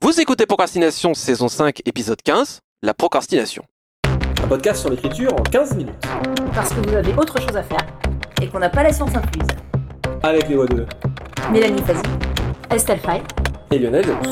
Vous écoutez Procrastination, saison 5, épisode 15, la procrastination. Un podcast sur l'écriture en 15 minutes. Parce que vous avez autre chose à faire et qu'on n'a pas la science incluse. Avec les voix de Mélanie Fazi, Estelle Faye et Lionel Delous.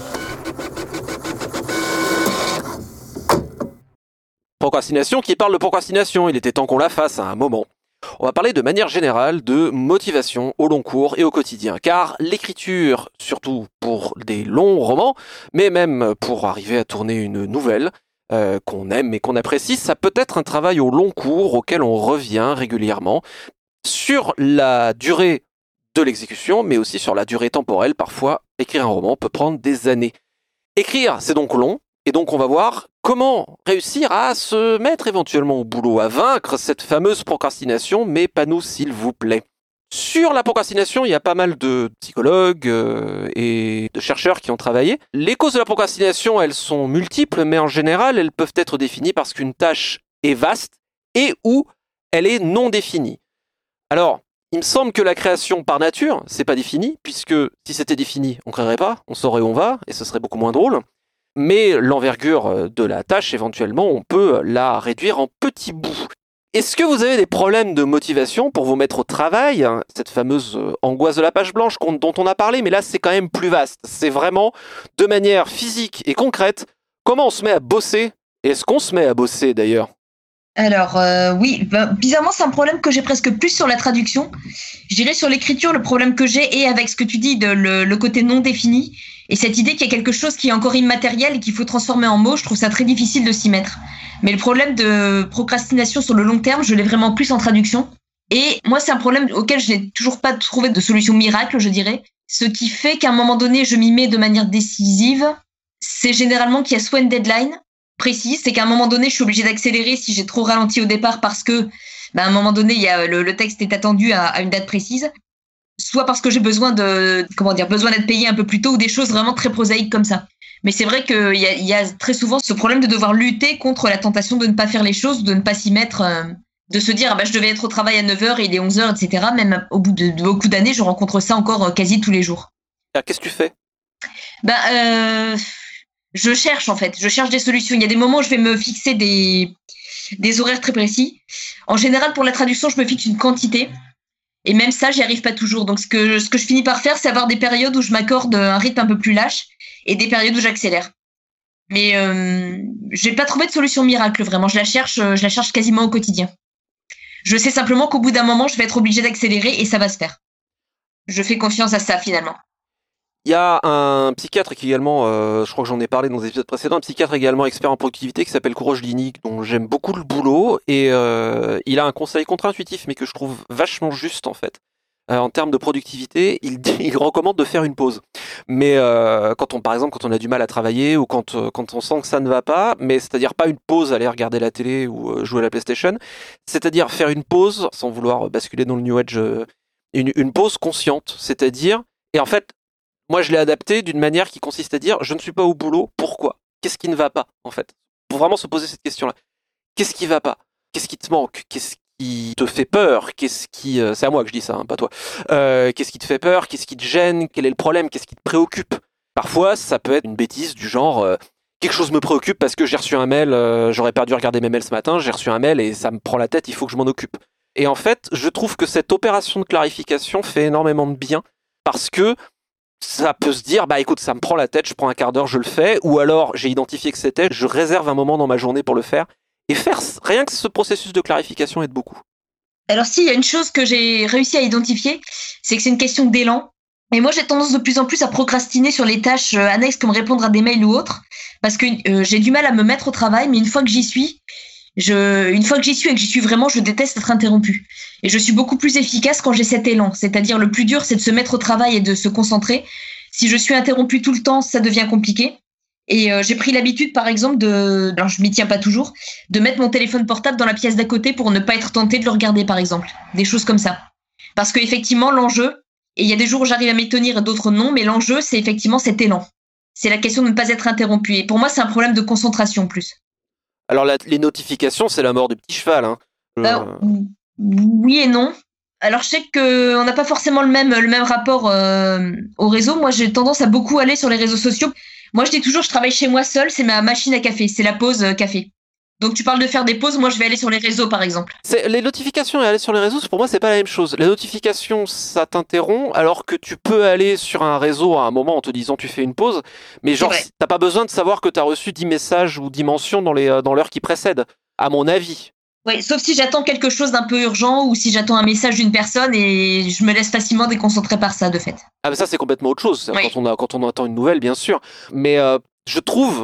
Procrastination qui parle de procrastination, il était temps qu'on la fasse à un moment. On va parler de manière générale de motivation au long cours et au quotidien, car l'écriture, surtout pour des longs romans, mais même pour arriver à tourner une nouvelle qu'on aime et qu'on apprécie, ça peut être un travail au long cours auquel on revient régulièrement sur la durée de l'exécution, mais aussi sur la durée temporelle. Parfois, écrire un roman peut prendre des années. Écrire, c'est donc long. Et donc on va voir comment réussir à se mettre éventuellement au boulot, à vaincre cette fameuse procrastination, mais pas nous s'il vous plaît. Sur la procrastination, il y a pas mal de psychologues et de chercheurs qui ont travaillé. Les causes de la procrastination, elles sont multiples, mais en général, elles peuvent être définies parce qu'une tâche est vaste et ou elle est non définie. Alors, il me semble que la création par nature, c'est pas défini, puisque si c'était défini, on créerait pas, on saurait où on va, et ce serait beaucoup moins drôle. Mais l'envergure de la tâche, éventuellement, on peut la réduire en petits bouts. Est-ce que vous avez des problèmes de motivation pour vous mettre au travail, hein, cette fameuse angoisse de la page blanche dont on a parlé, mais là c'est quand même plus vaste. C'est vraiment, de manière physique et concrète, comment on se met à bosser. Est-ce qu'on se met à bosser d'ailleurs ? Alors oui, bizarrement c'est un problème que j'ai presque plus sur la traduction. Je dirais sur l'écriture, le problème que j'ai est avec ce que tu dis de le côté non défini et cette idée qu'il y a quelque chose qui est encore immatériel et qu'il faut transformer en mots, je trouve ça très difficile de s'y mettre. Mais le problème de procrastination sur le long terme, je l'ai vraiment plus en traduction. Et moi c'est un problème auquel je n'ai toujours pas trouvé de solution miracle, je dirais. Ce qui fait qu'à un moment donné, je m'y mets de manière décisive, c'est généralement qu'il y a soit une deadline précise, c'est qu'à un moment donné, je suis obligée d'accélérer si j'ai trop ralenti au départ parce que, à un moment donné, il y a le texte est attendu à une date précise, soit parce que j'ai besoin d'être payé un peu plus tôt ou des choses vraiment très prosaïques comme ça. Mais c'est vrai qu'il y a très souvent ce problème de devoir lutter contre la tentation de ne pas faire les choses, de ne pas s'y mettre, de se dire je devais être au travail à 9h et il est 11h, etc. Même au bout de beaucoup d'années, je rencontre ça encore quasi tous les jours. Alors, qu'est-ce que tu fais ? Je cherche en fait, je cherche des solutions. Il y a des moments où je vais me fixer des horaires très précis. En général, pour la traduction, je me fixe une quantité. Et même ça, j'y arrive pas toujours. Donc ce que je finis par faire, c'est avoir des périodes où je m'accorde un rythme un peu plus lâche et des périodes où j'accélère. Mais j'ai pas trouvé de solution miracle vraiment. Je la cherche quasiment au quotidien. Je sais simplement qu'au bout d'un moment, je vais être obligée d'accélérer et ça va se faire. Je fais confiance à ça finalement. Il y a un psychiatre qui également, je crois que j'en ai parlé dans les épisodes précédents, un psychiatre également expert en productivité qui s'appelle Courage Lini, dont j'aime beaucoup le boulot, et il a un conseil contre-intuitif, mais que je trouve vachement juste en fait. En termes de productivité, il recommande de faire une pause. Mais par exemple, quand on a du mal à travailler ou quand on sent que ça ne va pas, mais c'est-à-dire pas une pause, aller regarder la télé ou jouer à la PlayStation, c'est-à-dire faire une pause, sans vouloir basculer dans le New Age, une pause consciente, c'est-à-dire, et en fait, moi, je l'ai adapté d'une manière qui consiste à dire « je ne suis pas au boulot, pourquoi ? Qu'est-ce qui ne va pas, en fait ?» Pour vraiment se poser cette question-là. Qu'est-ce qui va pas ? Qu'est-ce qui te manque ? Qu'est-ce qui te fait peur ? C'est à moi que je dis ça, hein, pas toi. Qu'est-ce qui te fait peur ? Qu'est-ce qui te gêne ? Quel est le problème ? Qu'est-ce qui te préoccupe ? Parfois, ça peut être une bêtise du genre quelque chose me préoccupe parce que j'ai reçu un mail, j'aurais pas dû regarder mes mails ce matin, j'ai reçu un mail et ça me prend la tête, il faut que je m'en occupe. Et en fait, je trouve que cette opération de clarification fait énormément de bien parce que ça peut se dire, écoute, ça me prend la tête, je prends un quart d'heure, je le fais, ou alors j'ai identifié que c'était, je réserve un moment dans ma journée pour le faire, et faire rien que ce processus de clarification aide beaucoup. Alors il y a une chose que j'ai réussi à identifier, c'est que c'est une question d'élan, et moi j'ai tendance de plus en plus à procrastiner sur les tâches annexes comme répondre à des mails ou autres, parce que j'ai du mal à me mettre au travail, mais une fois que j'y suis et que j'y suis vraiment, je déteste être interrompue. Et je suis beaucoup plus efficace quand j'ai cet élan. C'est-à-dire, le plus dur, c'est de se mettre au travail et de se concentrer. Si je suis interrompue tout le temps, ça devient compliqué. Et j'ai pris l'habitude, par exemple, alors je m'y tiens pas toujours, de mettre mon téléphone portable dans la pièce d'à côté pour ne pas être tentée de le regarder, par exemple. Des choses comme ça. Parce que effectivement, l'enjeu, et il y a des jours où j'arrive à m'y tenir et d'autres non, mais l'enjeu, c'est effectivement cet élan. C'est la question de ne pas être interrompu. Et pour moi, c'est un problème de concentration plus. Alors les notifications, c'est la mort du petit cheval. Hein. Oui et non. Alors je sais qu'on n'a pas forcément le même rapport au réseau. Moi j'ai tendance à beaucoup aller sur les réseaux sociaux. Moi, je dis toujours, je travaille chez moi seule, c'est ma machine à café, c'est la pause café. Donc tu parles de faire des pauses, moi je vais aller sur les réseaux par exemple. Les notifications et aller sur les réseaux, pour moi, c'est pas la même chose. Les notifications, ça t'interrompt, alors que tu peux aller sur un réseau à un moment en te disant tu fais une pause, mais genre, t'as pas besoin de savoir que t'as reçu 10 messages ou 10 mentions dans l'heure qui précède, à mon avis. Oui, sauf si j'attends quelque chose d'un peu urgent ou si j'attends un message d'une personne et je me laisse facilement déconcentrer par ça, de fait. Ah, mais ça, c'est complètement autre chose, quand on attend une nouvelle, bien sûr. Mais je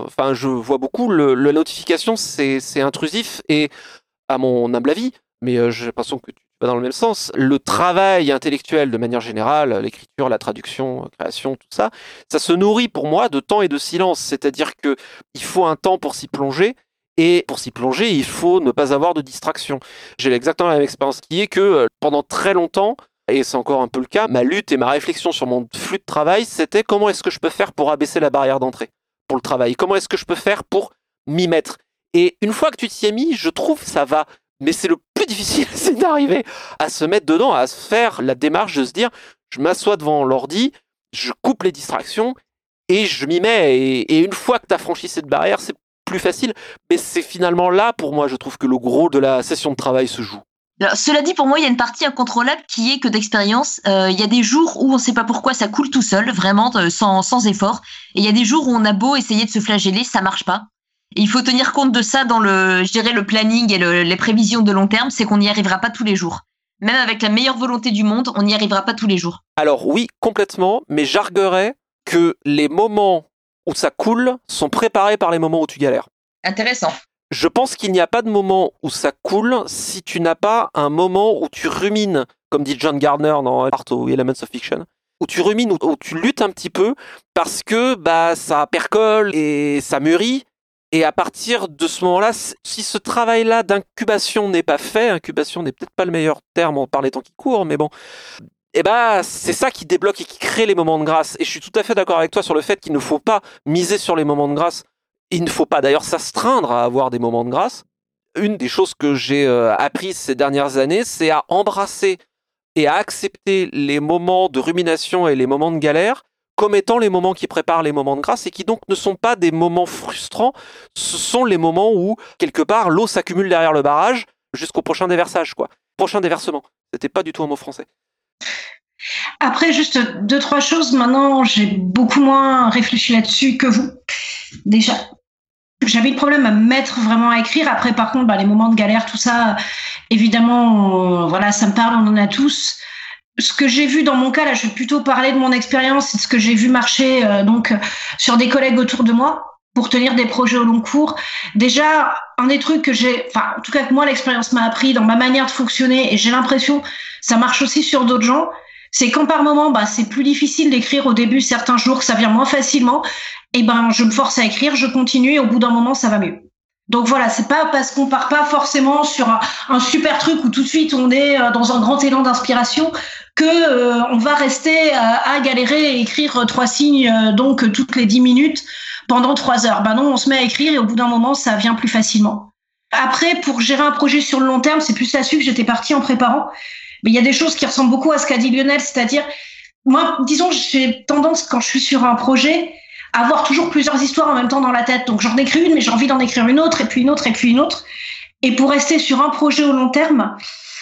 vois beaucoup, la notification, c'est intrusif et, à mon humble avis, mais j'ai l'impression que tu vas dans le même sens, le travail intellectuel de manière générale, l'écriture, la traduction, la création, tout ça, ça se nourrit pour moi de temps et de silence. C'est-à-dire que il faut un temps pour s'y plonger. Et pour s'y plonger, il faut ne pas avoir de distraction. J'ai exactement la même expérience qui est que pendant très longtemps, et c'est encore un peu le cas, ma lutte et ma réflexion sur mon flux de travail, c'était comment est-ce que je peux faire pour abaisser la barrière d'entrée pour le travail? Comment est-ce que je peux faire pour m'y mettre? Et une fois que tu t'y es mis, je trouve ça va. Mais c'est le plus difficile, c'est d'arriver à se mettre dedans, à se faire la démarche de se dire, je m'assois devant l'ordi, je coupe les distractions et je m'y mets. Et une fois que tu as franchi cette barrière, c'est plus facile, mais c'est finalement là, pour moi, je trouve que le gros de la session de travail se joue. Alors, cela dit, pour moi, il y a une partie incontrôlable qui est que d'expérience, il y a des jours où on ne sait pas pourquoi ça coule tout seul, vraiment, sans effort, et il y a des jours où on a beau essayer de se flageller, ça marche pas. Et il faut tenir compte de ça dans le planning et les prévisions de long terme, c'est qu'on n'y arrivera pas tous les jours. Même avec la meilleure volonté du monde, on n'y arrivera pas tous les jours. Alors oui, complètement, mais j'arguerais que les moments où ça coule sont préparés par les moments où tu galères. Intéressant. Je pense qu'il n'y a pas de moment où ça coule si tu n'as pas un moment où tu rumines, comme dit John Gardner dans Art of Elements of Fiction, où tu rumines, où tu luttes un petit peu parce que ça percole et ça mûrit. Et à partir de ce moment-là, si ce travail-là d'incubation n'est pas fait, incubation n'est peut-être pas le meilleur terme par les temps qui courent, mais bon, c'est ça qui débloque et qui crée les moments de grâce. Et je suis tout à fait d'accord avec toi sur le fait qu'il ne faut pas miser sur les moments de grâce. Il ne faut pas d'ailleurs s'astreindre à avoir des moments de grâce. Une des choses que j'ai apprises ces dernières années, c'est à embrasser et à accepter les moments de rumination et les moments de galère comme étant les moments qui préparent les moments de grâce et qui donc ne sont pas des moments frustrants. Ce sont les moments où, quelque part, l'eau s'accumule derrière le barrage jusqu'au prochain déversage, quoi. Prochain déversement. C'était pas du tout un mot français. Après, juste 2-3 choses. Maintenant, j'ai beaucoup moins réfléchi là-dessus que vous. Déjà, j'avais le problème à me mettre vraiment à écrire. Après, par contre, les moments de galère, tout ça, évidemment, ça me parle, on en a tous. Ce que j'ai vu dans mon cas, là, je vais plutôt parler de mon expérience et de ce que j'ai vu marcher sur des collègues autour de moi pour tenir des projets au long cours. Déjà, un des trucs que en tout cas que moi, l'expérience m'a appris dans ma manière de fonctionner, et j'ai l'impression ça marche aussi sur d'autres gens, c'est quand par moment, c'est plus difficile d'écrire au début, certains jours, ça vient moins facilement, et je me force à écrire, je continue, et au bout d'un moment, ça va mieux. Donc voilà, c'est pas parce qu'on part pas forcément sur un super truc où tout de suite on est dans un grand élan d'inspiration que on va rester à galérer et écrire 3 signes donc toutes les 10 minutes pendant 3 heures. Non, on se met à écrire et au bout d'un moment ça vient plus facilement. Après, pour gérer un projet sur le long terme, c'est plus là-dessus que j'étais partie en préparant. Mais il y a des choses qui ressemblent beaucoup à ce qu'a dit Lionel, c'est-à-dire moi, disons, j'ai tendance quand je suis sur un projet avoir toujours plusieurs histoires en même temps dans la tête. Donc j'en écris une, mais j'ai envie d'en écrire une autre, et puis une autre, et puis une autre. Et pour rester sur un projet au long terme,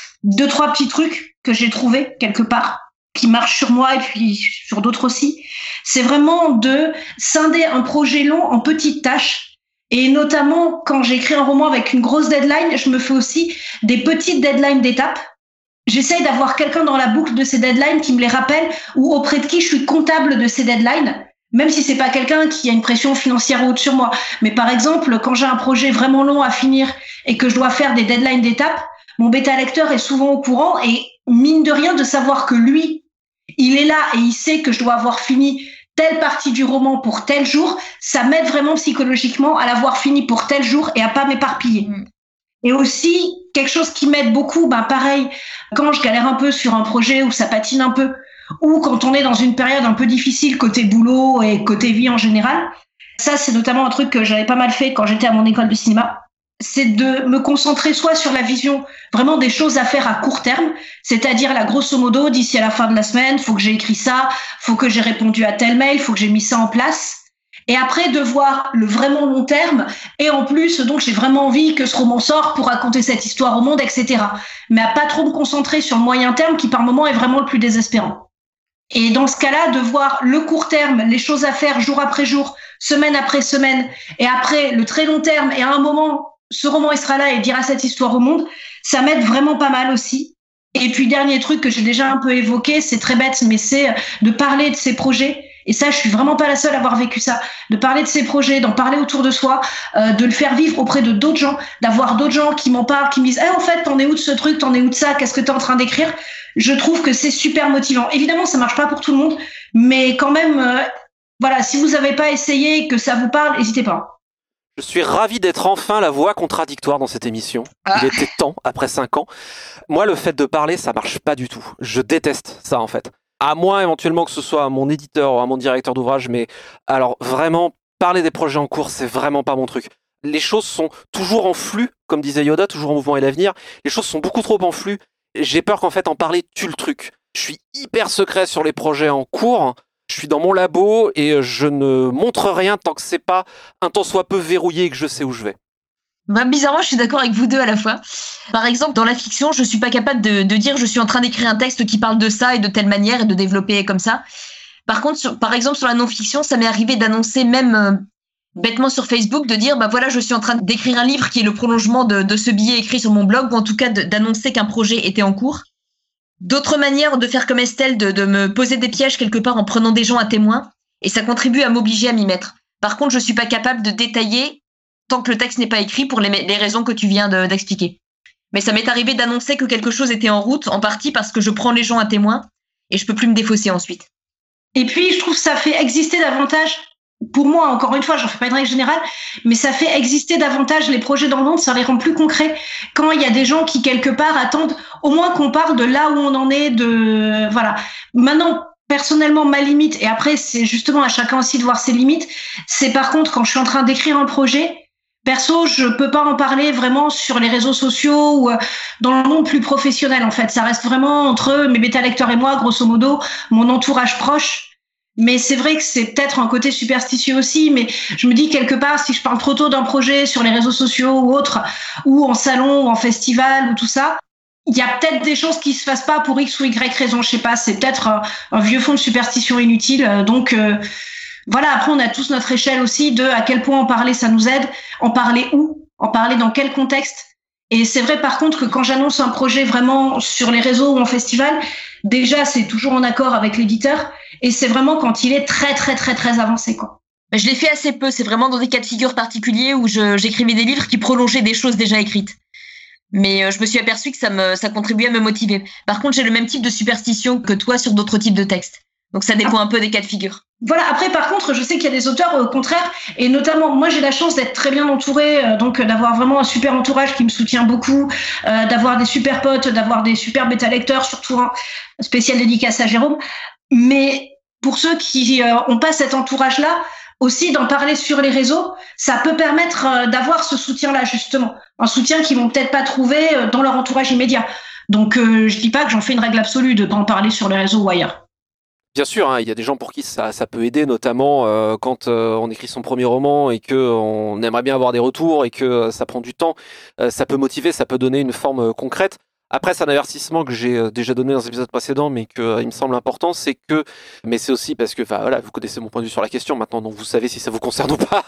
2-3 petits trucs que j'ai trouvés quelque part, qui marchent sur moi et puis sur d'autres aussi, c'est vraiment de scinder un projet long en petites tâches. Et notamment, quand j'écris un roman avec une grosse deadline, je me fais aussi des petites deadlines d'étapes. J'essaye d'avoir quelqu'un dans la boucle de ces deadlines qui me les rappelle ou auprès de qui je suis comptable de ces deadlines. Même si c'est pas quelqu'un qui a une pression financière haute sur moi. Mais par exemple, quand j'ai un projet vraiment long à finir et que je dois faire des deadlines d'étapes, mon bêta-lecteur est souvent au courant et mine de rien de savoir que lui, il est là et il sait que je dois avoir fini telle partie du roman pour tel jour, ça m'aide vraiment psychologiquement à l'avoir fini pour tel jour et à pas m'éparpiller. Et aussi, quelque chose qui m'aide beaucoup, pareil, quand je galère un peu sur un projet où ça patine un peu, ou quand on est dans une période un peu difficile côté boulot et côté vie en général. Ça, c'est notamment un truc que j'avais pas mal fait quand j'étais à mon école de cinéma. C'est de me concentrer soit sur la vision vraiment des choses à faire à court terme, c'est-à-dire là, grosso modo, d'ici à la fin de la semaine, faut que j'ai écrit ça, faut que j'ai répondu à tel mail, faut que j'ai mis ça en place. et après de voir le vraiment long terme, et en plus, donc j'ai vraiment envie que ce roman sorte pour raconter cette histoire au monde, etc. Mais à pas trop me concentrer sur le moyen terme qui par moment est vraiment le plus désespérant. Et dans ce cas-là, de voir le court terme, les choses à faire jour après jour, semaine après semaine, et après le très long terme, et à un moment, ce roman il sera là et dira cette histoire au monde, ça m'aide vraiment pas mal aussi. Et puis dernier truc que j'ai déjà un peu évoqué, c'est très bête, mais c'est de parler de ses projets. Et ça, je suis vraiment pas la seule à avoir vécu ça. De parler de ses projets, d'en parler autour de soi, de le faire vivre auprès de d'autres gens, d'avoir d'autres gens qui m'en parlent, qui me disent en fait, t'en es où de ce truc, t'en es où de ça, qu'est-ce que t'es en train d'écrire. Je trouve que c'est super motivant. Évidemment, ça marche pas pour tout le monde, mais quand même, voilà, si vous avez pas essayé et que ça vous parle, n'hésitez pas. Je suis ravi d'être enfin la voix contradictoire dans cette émission. Il était temps, après 5 ans. Moi, le fait de parler, ça marche pas du tout. Je déteste ça, en fait. À moins, éventuellement, que ce soit à mon éditeur ou à mon directeur d'ouvrage, mais alors, vraiment, parler des projets en cours, c'est vraiment pas mon truc. Les choses sont toujours en flux, comme disait Yoda, toujours en mouvement et l'avenir. Les choses sont beaucoup trop en flux. J'ai peur qu'en fait, en parler tue le truc. Je suis hyper secret sur les projets en cours. Je suis dans mon labo et je ne montre rien tant que c'est pas un tant soit peu verrouillé et que je sais où je vais. Bah, bizarrement, je suis d'accord avec vous deux à la fois. Par exemple, dans la fiction, je suis pas capable de dire je suis en train d'écrire un texte qui parle de ça et de telle manière et de développer comme ça. Par contre, par exemple, sur la non-fiction, ça m'est arrivé d'annoncer même bêtement sur Facebook, de dire bah voilà, je suis en train d'écrire un livre qui est le prolongement de ce billet écrit sur mon blog, ou en tout cas d'annoncer qu'un projet était en cours. D'autres manières de faire comme Estelle, de me poser des pièges quelque part en prenant des gens à témoin, et ça contribue à m'obliger à m'y mettre. Par contre, je suis pas capable de détailler tant que le texte n'est pas écrit pour les raisons que tu viens d'expliquer. Mais ça m'est arrivé d'annoncer que quelque chose était en route, en partie parce que je prends les gens à témoin, et je peux plus me défausser ensuite. Et puis, je trouve que ça fait exister davantage, pour moi, encore une fois, j'en fais pas une règle générale, mais ça fait exister davantage les projets dans le monde, ça les rend plus concrets. Quand il y a des gens qui, quelque part, attendent au moins qu'on parle de là où on en est, voilà. Maintenant, personnellement, ma limite, et après, c'est justement à chacun aussi de voir ses limites, c'est par contre, quand je suis en train d'écrire un projet, perso, je peux pas en parler vraiment sur les réseaux sociaux ou dans le monde plus professionnel, en fait. Ça reste vraiment entre mes bêta-lecteurs et moi, grosso modo, mon entourage proche. Mais c'est vrai que c'est peut-être un côté superstitieux aussi, mais je me dis quelque part, si je parle trop tôt d'un projet sur les réseaux sociaux ou autre, ou en salon, ou en festival, ou tout ça, il y a peut-être des choses qui se fassent pas pour X ou Y raison, je sais pas, c'est peut-être un vieux fond de superstition inutile. Donc, voilà, après, on a tous notre échelle aussi de à quel point en parler, ça nous aide, en parler où, en parler dans quel contexte. Et c'est vrai, par contre, que quand j'annonce un projet vraiment sur les réseaux ou en festival, déjà, c'est toujours en accord avec l'éditeur. Et c'est vraiment quand il est très, très, très, très avancé, quoi. Je l'ai fait assez peu. C'est vraiment dans des cas de figure particuliers où j'écrivais des livres qui prolongeaient des choses déjà écrites. Mais je me suis aperçue que ça contribuait à me motiver. Par contre, j'ai le même type de superstition que toi sur d'autres types de textes. Donc ça dépend un peu des cas de figure. Voilà, après par contre, je sais qu'il y a des auteurs au contraire, et notamment moi j'ai la chance d'être très bien entourée, donc d'avoir vraiment un super entourage qui me soutient beaucoup, d'avoir des super potes, d'avoir des super bêta-lecteurs, surtout un spécial dédicace à Jérôme. Mais pour ceux qui ont pas cet entourage-là, aussi d'en parler sur les réseaux, ça peut permettre d'avoir ce soutien-là justement, un soutien qu'ils vont peut-être pas trouver dans leur entourage immédiat. Donc je dis pas que j'en fais une règle absolue de pas en parler sur les réseaux ou ailleurs. Bien sûr, hein, il y a des gens pour qui ça peut aider, notamment quand on écrit son premier roman et qu'on aimerait bien avoir des retours et que ça prend du temps. Ça peut motiver, ça peut donner une forme concrète. Après, c'est un avertissement que j'ai déjà donné dans les épisodes précédents, mais qu'il me semble important, mais c'est aussi parce que, voilà, vous connaissez mon point de vue sur la question maintenant, donc vous savez si ça vous concerne ou pas.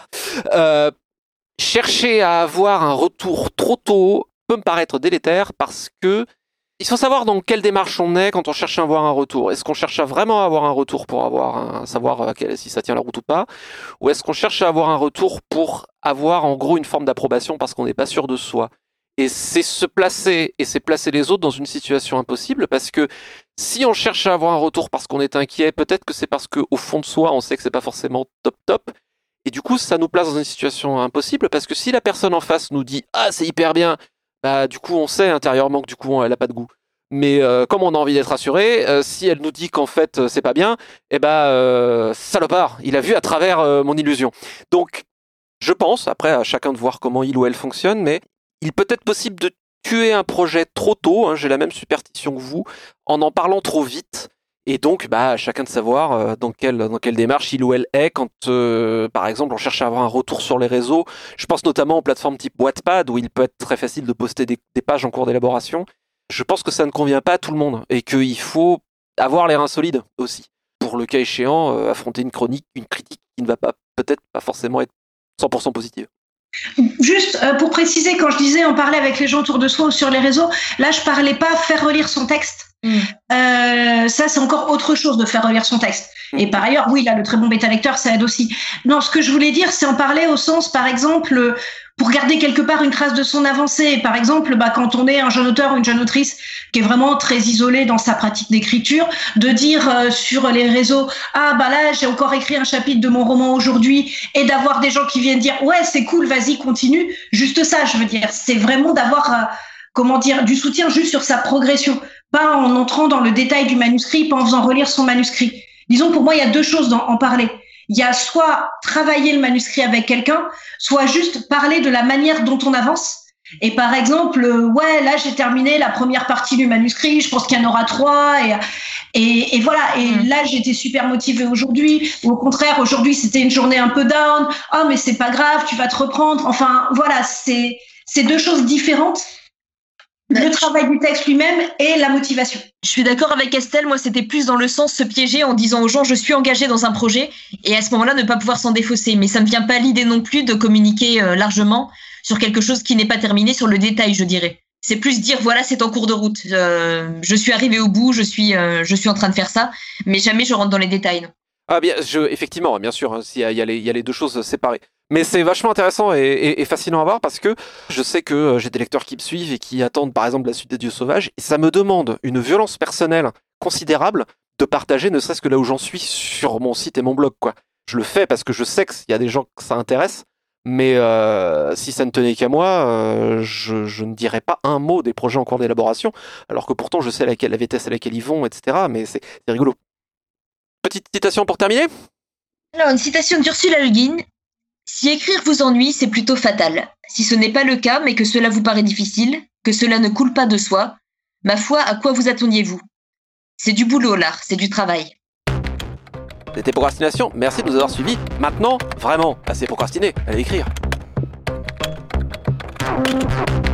Chercher à avoir un retour trop tôt peut me paraître délétère parce que il faut savoir dans quelle démarche on est quand on cherche à avoir un retour. Est-ce qu'on cherche à vraiment avoir un retour pour savoir si ça tient la route ou pas? Ou est-ce qu'on cherche à avoir un retour pour avoir en gros une forme d'approbation parce qu'on n'est pas sûr de soi? Et c'est se placer, et c'est placer les autres dans une situation impossible, parce que si on cherche à avoir un retour parce qu'on est inquiet, peut-être que c'est parce qu'au fond de soi, on sait que c'est pas forcément top, et du coup, ça nous place dans une situation impossible, parce que si la personne en face nous dit « Ah, c'est hyper bien », bah du coup, on sait intérieurement que du coup, elle a pas de goût. Mais comme on a envie d'être rassuré, si elle nous dit qu'en fait, c'est pas bien, salopard, il a vu à travers mon illusion. Donc, je pense, après, à chacun de voir comment il ou elle fonctionne, mais il peut être possible de tuer un projet trop tôt, hein, j'ai la même superstition que vous, en parlant trop vite. Et donc, à chacun de savoir dans quelle démarche il ou elle est quand, par exemple, on cherche à avoir un retour sur les réseaux. Je pense notamment aux plateformes type Wattpad, où il peut être très facile de poster des pages en cours d'élaboration. Je pense que ça ne convient pas à tout le monde, et qu'il faut avoir les reins solides aussi, pour le cas échéant, affronter une critique qui ne va peut-être pas forcément être 100% positive. Juste pour préciser, quand je disais en parler avec les gens autour de soi ou sur les réseaux, là je parlais pas faire relire son texte. Ça c'est encore autre chose de faire relire son texte. Et par ailleurs, oui, là le très bon bêta lecteur ça aide aussi. Non, ce que je voulais dire, c'est en parler au sens, par exemple, pour garder quelque part une trace de son avancée. Par exemple, quand on est un jeune auteur ou une jeune autrice qui est vraiment très isolé dans sa pratique d'écriture, de dire sur les réseaux, là j'ai encore écrit un chapitre de mon roman aujourd'hui, et d'avoir des gens qui viennent dire ouais c'est cool, vas-y continue. Juste ça, je veux dire, c'est vraiment d'avoir du soutien juste sur sa progression, pas en entrant dans le détail du manuscrit, pas en faisant relire son manuscrit. Disons, pour moi il y a deux choses dans en parler. Il y a soit travailler le manuscrit avec quelqu'un, soit juste parler de la manière dont on avance. Et par exemple, là j'ai terminé la première partie du manuscrit, je pense qu'il y en aura 3 et voilà. Et là j'étais super motivée aujourd'hui. Ou au contraire, aujourd'hui c'était une journée un peu down. Oh mais c'est pas grave, tu vas te reprendre. Enfin voilà, c'est deux choses différentes. Le travail du texte lui-même et la motivation. Je suis d'accord avec Estelle, moi c'était plus dans le sens se piéger en disant aux gens je suis engagée dans un projet et à ce moment-là ne pas pouvoir s'en défausser. Mais ça me vient pas l'idée non plus de communiquer largement sur quelque chose qui n'est pas terminé, sur le détail je dirais. C'est plus dire voilà c'est en cours de route, je suis arrivée au bout, je suis en train de faire ça, mais jamais je rentre dans les détails. Non. Ah bien, effectivement, bien sûr, il y a les deux choses séparées. Mais c'est vachement intéressant et fascinant à voir parce que je sais que j'ai des lecteurs qui me suivent et qui attendent par exemple la suite des Dieux Sauvages et ça me demande une violence personnelle considérable de partager ne serait-ce que là où j'en suis sur mon site et mon blog, quoi. Je le fais parce que je sais qu'il y a des gens que ça intéresse, mais si ça ne tenait qu'à moi, je ne dirais pas un mot des projets en cours d'élaboration, alors que pourtant je sais la vitesse à laquelle ils vont, etc. Mais c'est rigolo. Petite citation pour terminer. Alors, une citation d'Ursula Le Guin. Si écrire vous ennuie, c'est plutôt fatal. Si ce n'est pas le cas, mais que cela vous paraît difficile, que cela ne coule pas de soi, ma foi, à quoi vous attendiez-vous ? C'est du boulot, l'art, c'est du travail. C'était Procrastination, merci de nous avoir suivis. Maintenant, vraiment, assez procrastiné, allez écrire.